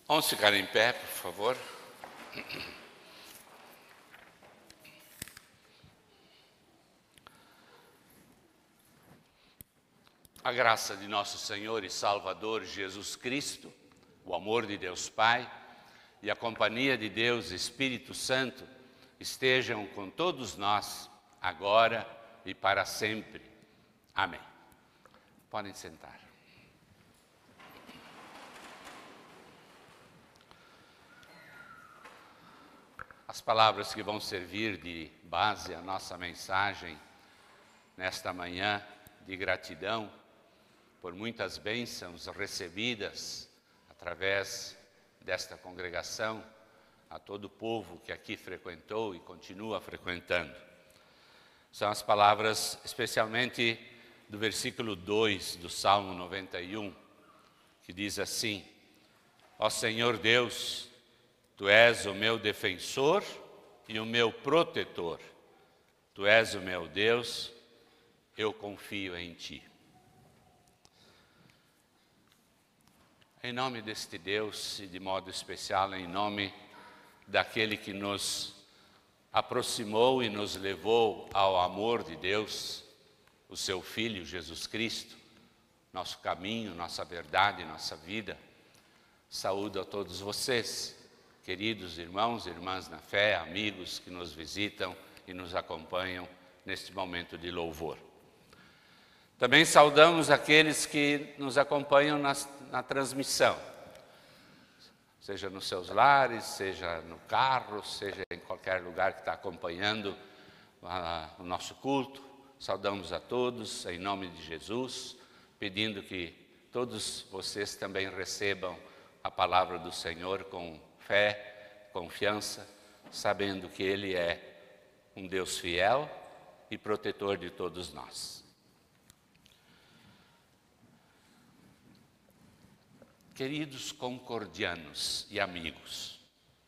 Vamos ficar em pé, por favor. A graça de nosso Senhor e Salvador Jesus Cristo, o amor de Deus Pai e a companhia de Deus Espírito Santo estejam com todos nós, agora e para sempre. Amém. Podem sentar. As palavras que vão servir de base à nossa mensagem nesta manhã de gratidão por muitas bênçãos recebidas através desta congregação, a todo o povo que aqui frequentou e continua frequentando. São as palavras especialmente do versículo 2 do Salmo 91, que diz assim: Ó Senhor Deus, Tu és o meu defensor e o meu protetor. Tu és o meu Deus, eu confio em Ti. Em nome deste Deus e de modo especial em nome daquele que nos aproximou e nos levou ao amor de Deus, o Seu Filho Jesus Cristo, nosso caminho, nossa verdade, nossa vida. Saúdo a todos vocês, queridos irmãos e irmãs na fé, amigos que nos visitam e nos acompanham neste momento de louvor. Também saudamos aqueles que nos acompanham na transmissão, seja nos seus lares, seja no carro, seja em qualquer lugar que está acompanhando o nosso culto. Saudamos a todos em nome de Jesus, pedindo que todos vocês também recebam a palavra do Senhor com fé, confiança, sabendo que Ele é um Deus fiel e protetor de todos nós. Queridos concordianos e amigos,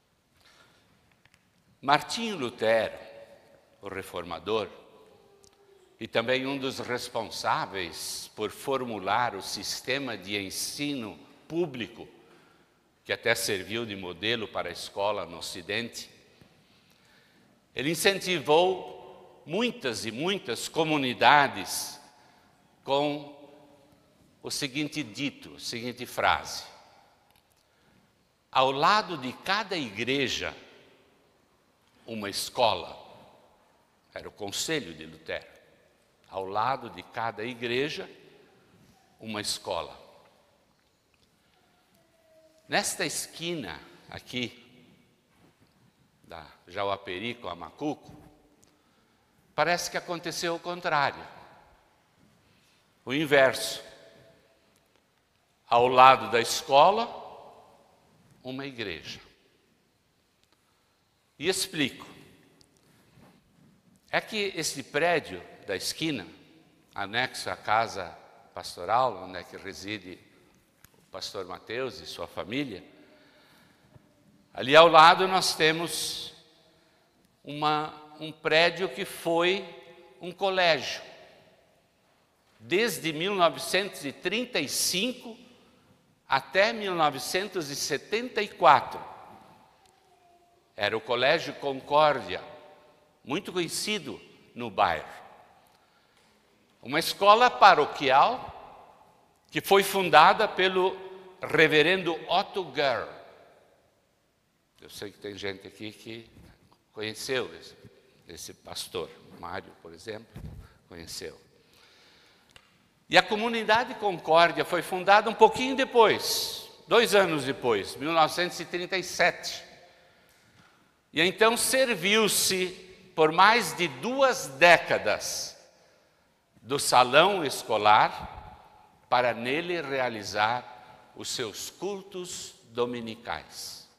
Martinho Lutero, o reformador, e também um dos responsáveis por formular o sistema de ensino público, que até serviu de modelo para a escola no Ocidente, ele incentivou muitas e muitas comunidades com o seguinte dito, a seguinte frase: ao lado de cada igreja, uma escola. Era o conselho de Lutero. Ao lado de cada igreja, uma escola. Nesta esquina aqui, da Jauaperi com a Macuco, parece que aconteceu o contrário. O inverso. Ao lado da escola, uma igreja. E explico. É que esse prédio da esquina, anexo à casa pastoral, onde é que reside o pastor Mateus e sua família, ali ao lado nós temos um prédio que foi um colégio. Desde 1935 até 1974. Era o Colégio Concórdia, muito conhecido no bairro. Uma escola paroquial que foi fundada pelo reverendo Otto Gerl. Eu sei que tem gente aqui que conheceu esse pastor. Mário, por exemplo, conheceu. E a comunidade Concórdia foi fundada um pouquinho depois, 2 anos depois, 1937. E então serviu-se por mais de 2 décadas do salão escolar para nele realizar os seus cultos dominicais.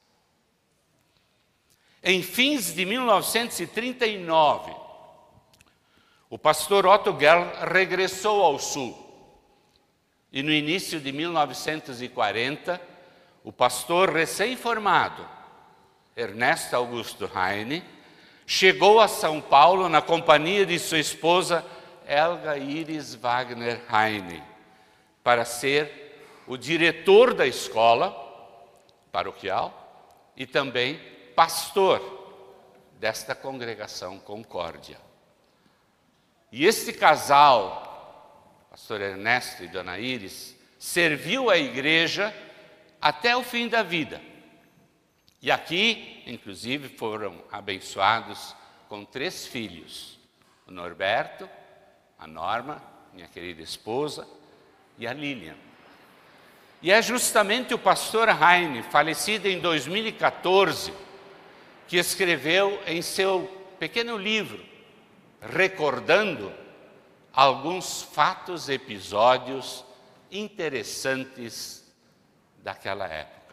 Em fins de 1939, o pastor Otto Gerl regressou ao Sul. E no início de 1940, o pastor recém-formado, Ernesto Augusto Heine, chegou a São Paulo na companhia de sua esposa Helga Iris Wagner Heine, para ser o diretor da escola paroquial e também pastor desta congregação Concórdia. E este casal, pastor Ernesto e dona Iris, serviu a igreja até o fim da vida. E aqui, inclusive, foram abençoados com 3 filhos: o Norberto, a Norma, minha querida esposa, e a Lilian. E é justamente o pastor Heine, falecido em 2014, que escreveu em seu pequeno livro, recordando alguns fatos, episódios interessantes daquela época.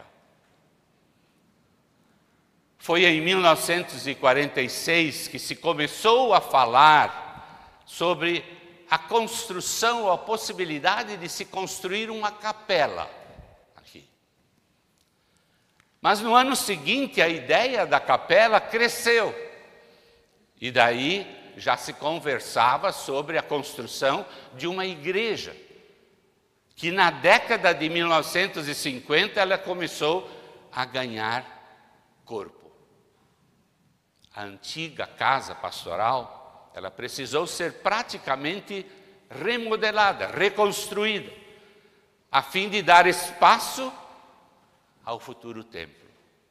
Foi em 1946 que se começou a falar sobre a construção ou a possibilidade de se construir uma capela aqui. Mas no ano seguinte a ideia da capela cresceu e daí já se conversava sobre a construção de uma igreja, que na década de 1950 ela começou a ganhar corpo. A antiga casa pastoral, ela precisou ser praticamente remodelada, reconstruída, a fim de dar espaço ao futuro templo.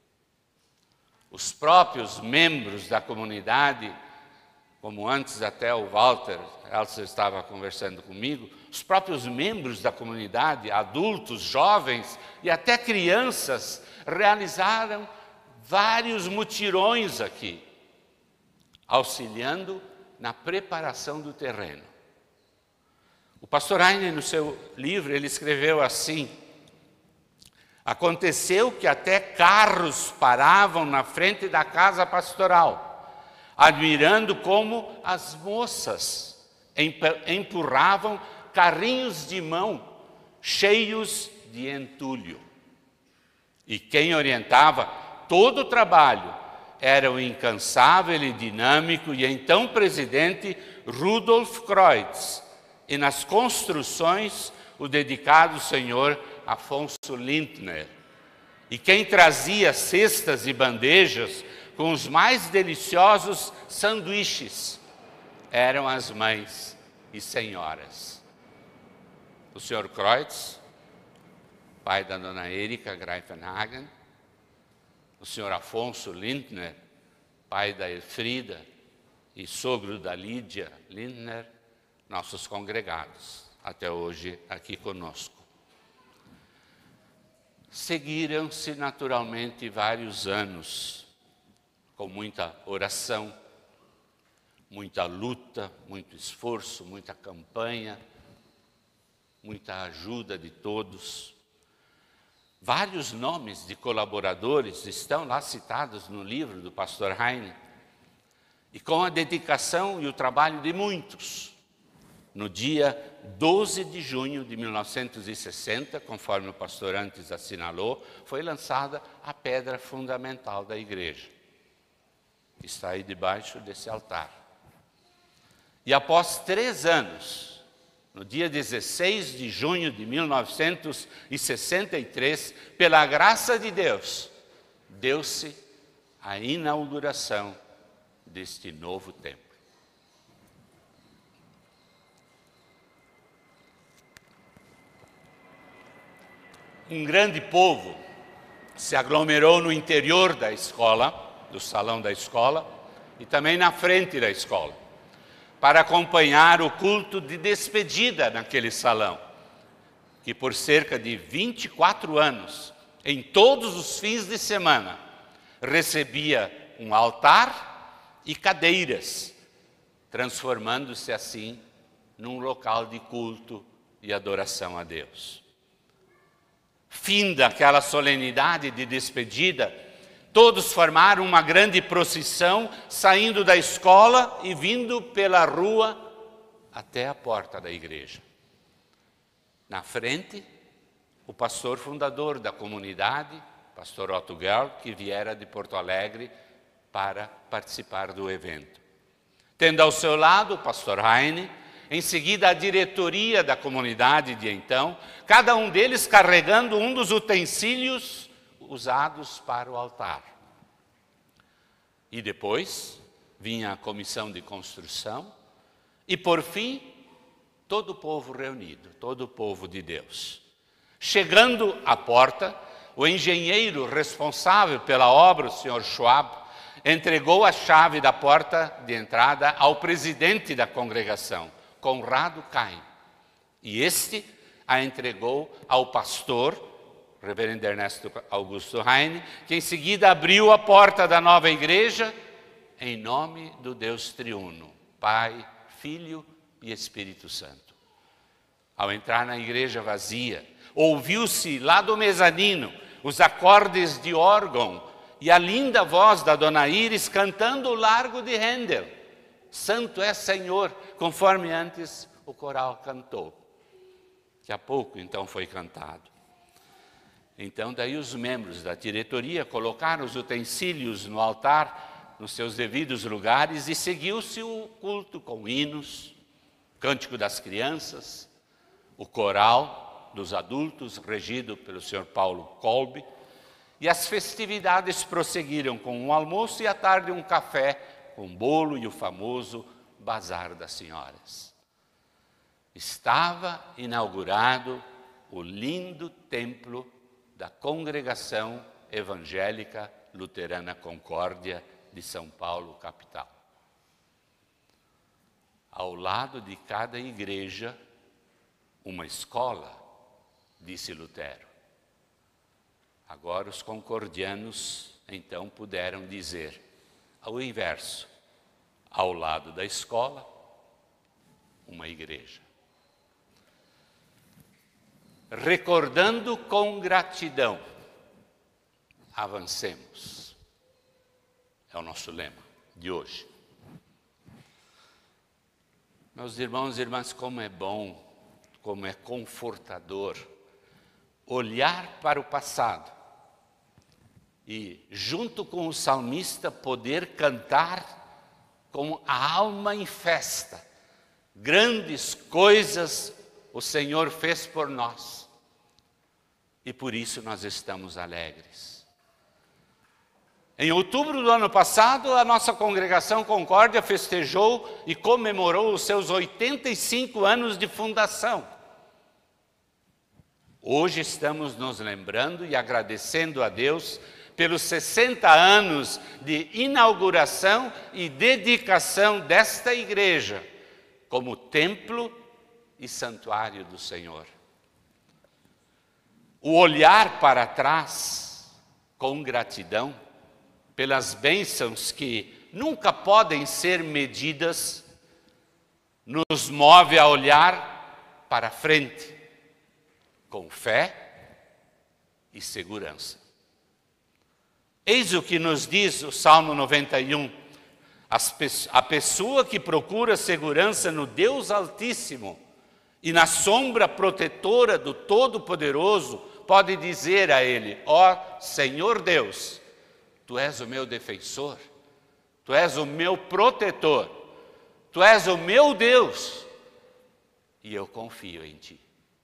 Os próprios membros da comunidade, como antes até o Walter Elsa estava conversando comigo, os próprios membros da comunidade, adultos, jovens e até crianças, realizaram vários mutirões aqui, auxiliando na preparação do terreno. O pastor Heine, no seu livro, ele escreveu assim: aconteceu que até carros paravam na frente da casa pastoral, admirando como as moças empurravam carrinhos de mão cheios de entulho. E quem orientava todo o trabalho era o incansável e dinâmico e então presidente Rudolf Kreutz, e nas construções o dedicado senhor Afonso Lindner. E quem trazia cestas e bandejas com os mais deliciosos sanduíches eram as mães e senhoras. O senhor Kreutz, pai da dona Erika Greifenhagen, o senhor Afonso Lindner, pai da Elfrida e sogro da Lídia Lindner, nossos congregados, até hoje aqui conosco. Seguiram-se naturalmente vários anos, com muita oração, muita luta, muito esforço, muita campanha, muita ajuda de todos. Vários nomes de colaboradores estão lá citados no livro do pastor Heine. E com a dedicação e o trabalho de muitos, no dia 12 de junho de 1960, conforme o pastor antes assinalou, foi lançada a pedra fundamental da igreja, que está aí debaixo desse altar. E após 3 anos, no dia 16 de junho de 1963, pela graça de Deus, deu-se a inauguração deste novo templo. Um grande povo se aglomerou no interior da escola, do salão da escola, e também na frente da escola, para acompanhar o culto de despedida naquele salão, que por cerca de 24 anos, em todos os fins de semana, recebia um altar e cadeiras, transformando-se assim num local de culto e adoração a Deus. Finda aquela solenidade de despedida, todos formaram uma grande procissão, saindo da escola e vindo pela rua até a porta da igreja. Na frente, o pastor fundador da comunidade, pastor Otto Gerl, que viera de Porto Alegre para participar do evento. Tendo ao seu lado o pastor Heine, em seguida a diretoria da comunidade de então, cada um deles carregando um dos utensílios usados para o altar. E depois vinha a comissão de construção e, por fim, todo o povo reunido, todo o povo de Deus. Chegando à porta, o engenheiro responsável pela obra, o Sr. Schwab, entregou a chave da porta de entrada ao presidente da congregação, Conrado Kain. E este a entregou ao pastor, reverendo Ernesto Augusto Heine, que em seguida abriu a porta da nova igreja em nome do Deus triuno, Pai, Filho e Espírito Santo. Ao entrar na igreja vazia, ouviu-se lá do mezanino os acordes de órgão e a linda voz da Dona Iris cantando o Largo de Handel. Santo é Senhor, conforme antes o coral cantou. Que há pouco então foi cantado. Então daí os membros da diretoria colocaram os utensílios no altar, nos seus devidos lugares, e seguiu-se o culto com hinos, cântico das crianças, o coral dos adultos, regido pelo Sr. Paulo Kolbe, e as festividades prosseguiram com um almoço e à tarde um café com bolo e o famoso Bazar das Senhoras. Estava inaugurado o lindo templo da Congregação Evangélica Luterana Concórdia de São Paulo, capital. Ao lado de cada igreja, uma escola, disse Lutero. Agora os concordianos, então, puderam dizer ao inverso: ao lado da escola, uma igreja. Recordando com gratidão, avancemos. É o nosso lema de hoje. Meus irmãos e irmãs, como é bom, como é confortador olhar para o passado e, junto com o salmista, poder cantar com a alma em festa. Grandes coisas o Senhor fez por nós e por isso nós estamos alegres. Em outubro do ano passado, a nossa congregação Concórdia festejou e comemorou os seus 85 anos de fundação. Hoje estamos nos lembrando e agradecendo a Deus pelos 60 anos de inauguração e dedicação desta igreja como templo e santuário do Senhor. O olhar para trás com gratidão pelas bênçãos que nunca podem ser medidas, nos move a olhar para frente, com fé e segurança. Eis o que nos diz o Salmo 91. A pessoa que procura segurança no Deus Altíssimo e na sombra protetora do Todo-Poderoso pode dizer a Ele: ó Senhor Deus, Tu és o meu defensor, Tu és o meu protetor, Tu és o meu Deus, e eu confio em Ti.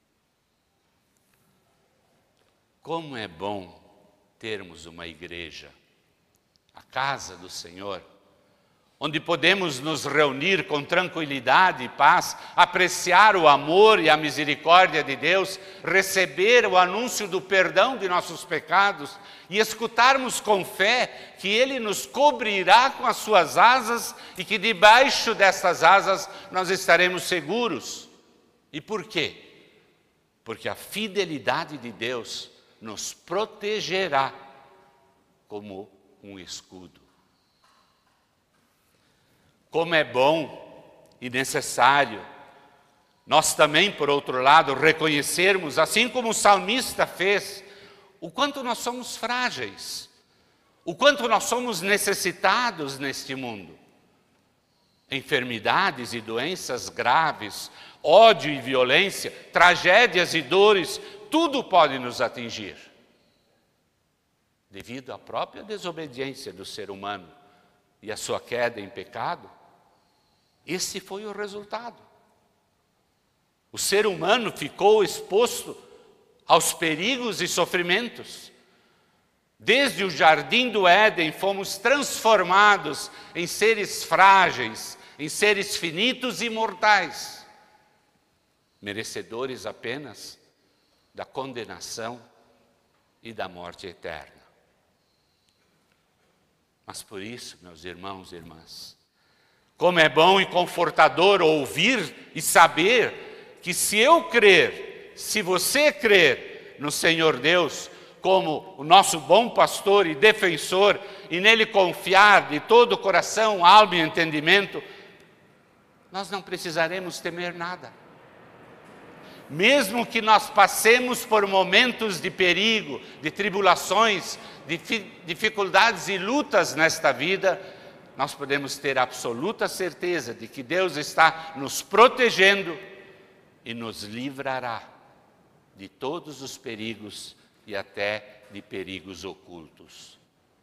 Como é bom termos uma igreja, a casa do Senhor, onde podemos nos reunir com tranquilidade e paz, apreciar o amor e a misericórdia de Deus, receber o anúncio do perdão de nossos pecados e escutarmos com fé que Ele nos cobrirá com as suas asas e que debaixo dessas asas nós estaremos seguros. E por quê? Porque a fidelidade de Deus nos protegerá como um escudo. Como é bom e necessário nós também, por outro lado, reconhecermos, assim como o salmista fez, o quanto nós somos frágeis, o quanto nós somos necessitados neste mundo. Enfermidades e doenças graves, ódio e violência, tragédias e dores, tudo pode nos atingir. Devido à própria desobediência do ser humano e a sua queda em pecado, esse foi o resultado. O ser humano ficou exposto aos perigos e sofrimentos. Desde o jardim do Éden, fomos transformados em seres frágeis, em seres finitos e mortais, merecedores apenas da condenação e da morte eterna. Mas por isso, meus irmãos e irmãs, como é bom e confortador ouvir e saber que se eu crer, se você crer no Senhor Deus como o nosso bom pastor e defensor, e nele confiar de todo o coração, alma e entendimento, nós não precisaremos temer nada. Mesmo que nós passemos por momentos de perigo, de tribulações, de dificuldades e lutas nesta vida, nós podemos ter absoluta certeza de que Deus está nos protegendo e nos livrará de todos os perigos e até de perigos ocultos.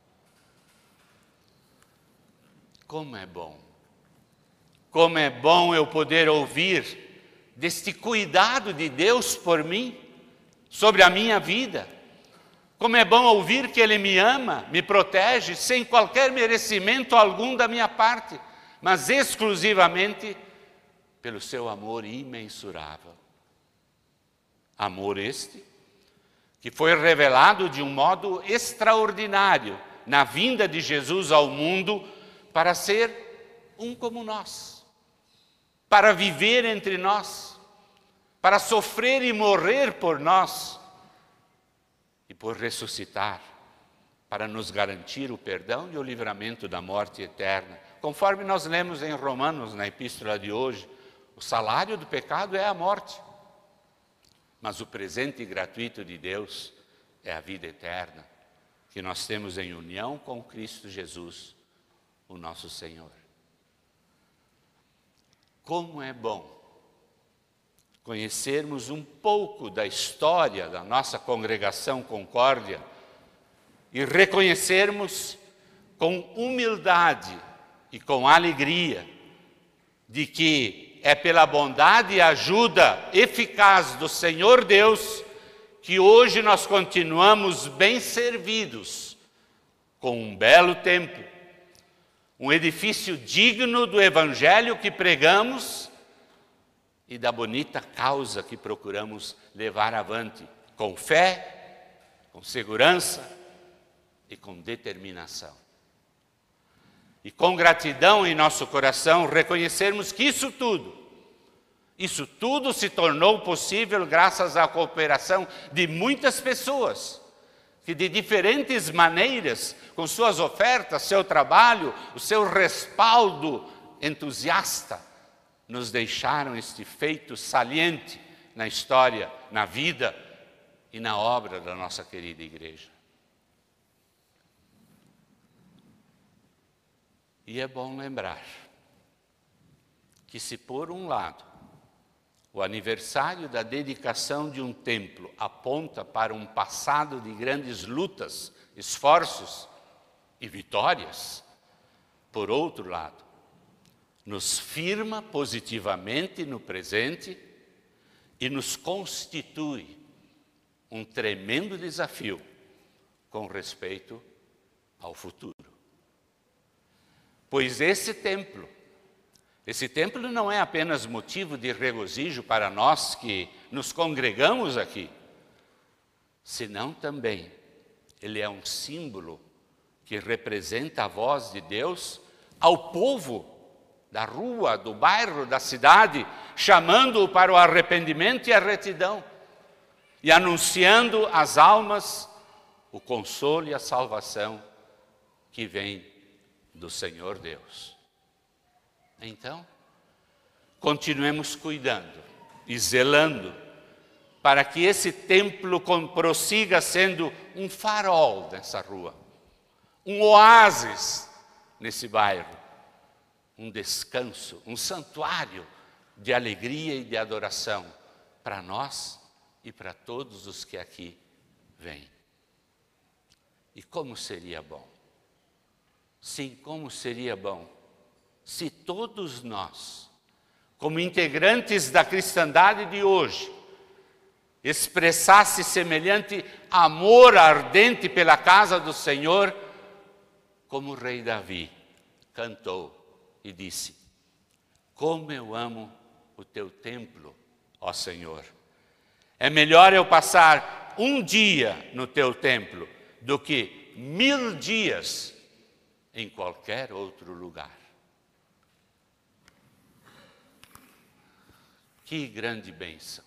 Como é bom! Como é bom eu poder ouvir deste cuidado de Deus por mim, sobre a minha vida. Como é bom ouvir que Ele me ama, me protege, sem qualquer merecimento algum da minha parte, mas exclusivamente pelo seu amor imensurável. Amor este que foi revelado de um modo extraordinário na vinda de Jesus ao mundo para ser um como nós, para viver entre nós, para sofrer e morrer por nós e por ressuscitar, para nos garantir o perdão e o livramento da morte eterna. Conforme nós lemos em Romanos, na epístola de hoje, o salário do pecado é a morte, mas o presente gratuito de Deus é a vida eterna, que nós temos em união com Cristo Jesus, o nosso Senhor. Como é bom conhecermos um pouco da história da nossa congregação Concórdia e reconhecermos com humildade e com alegria de que é pela bondade e ajuda eficaz do Senhor Deus que hoje nós continuamos bem servidos, com um belo templo, um edifício digno do Evangelho que pregamos e da bonita causa que procuramos levar avante, com fé, com segurança e com determinação. E com gratidão em nosso coração, reconhecermos que isso tudo se tornou possível graças à cooperação de muitas pessoas, que de diferentes maneiras, com suas ofertas, seu trabalho, o seu respaldo entusiasta, nos deixaram este feito saliente na história, na vida e na obra da nossa querida igreja. E é bom lembrar que se por um lado o aniversário da dedicação de um templo aponta para um passado de grandes lutas, esforços e vitórias, por outro lado, nos firma positivamente no presente e nos constitui um tremendo desafio com respeito ao futuro. Pois esse templo não é apenas motivo de regozijo para nós que nos congregamos aqui, senão também ele é um símbolo que representa a voz de Deus ao povo da rua, do bairro, da cidade, chamando-o para o arrependimento e a retidão, e anunciando às almas o consolo e a salvação que vem do Senhor Deus. Então, continuemos cuidando e zelando para que esse templo prossiga sendo um farol nessa rua, um oásis nesse bairro, um descanso, um santuário de alegria e de adoração para nós e para todos os que aqui vêm. E como seria bom, sim, como seria bom, se todos nós, como integrantes da cristandade de hoje, expressasse semelhante amor ardente pela casa do Senhor, como o rei Davi cantou e disse: como eu amo o teu templo, ó Senhor. É melhor eu passar um dia no teu templo do que 1000 dias em qualquer outro lugar. Que grande bênção!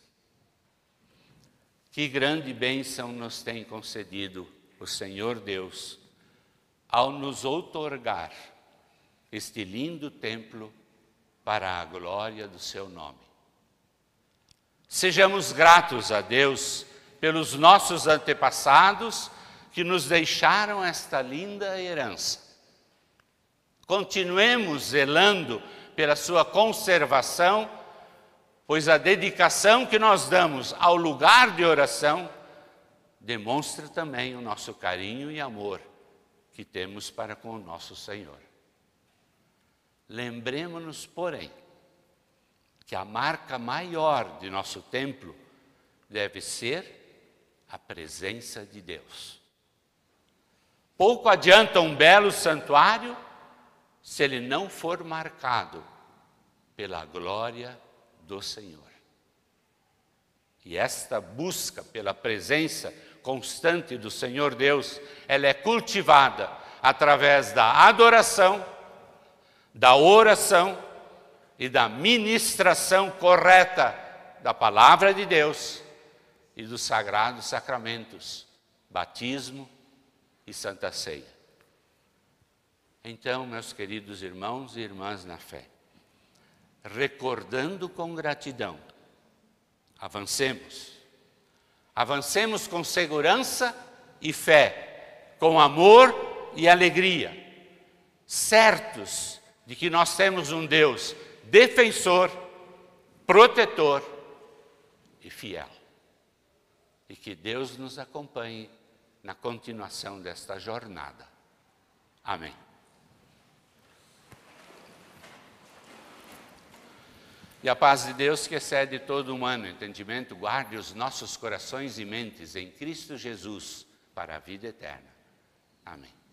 Que grande bênção nos tem concedido o Senhor Deus ao nos outorgar este lindo templo para a glória do seu nome. Sejamos gratos a Deus pelos nossos antepassados que nos deixaram esta linda herança. Continuemos zelando pela sua conservação, pois a dedicação que nós damos ao lugar de oração demonstra também o nosso carinho e amor que temos para com o nosso Senhor. Lembremos-nos, porém, que a marca maior de nosso templo deve ser a presença de Deus. Pouco adianta um belo santuário se ele não for marcado pela glória do Senhor. E esta busca pela presença constante do Senhor Deus, ela é cultivada através da adoração, da oração e da ministração correta da palavra de Deus e dos sagrados sacramentos, batismo e Santa Ceia. Então, meus queridos irmãos e irmãs na fé, recordando com gratidão, avancemos. Avancemos com segurança e fé, com amor e alegria, certos de que nós temos um Deus defensor, protetor e fiel. E que Deus nos acompanhe na continuação desta jornada. Amém. E a paz de Deus, que excede todo humano entendimento, guarde os nossos corações e mentes em Cristo Jesus para a vida eterna. Amém.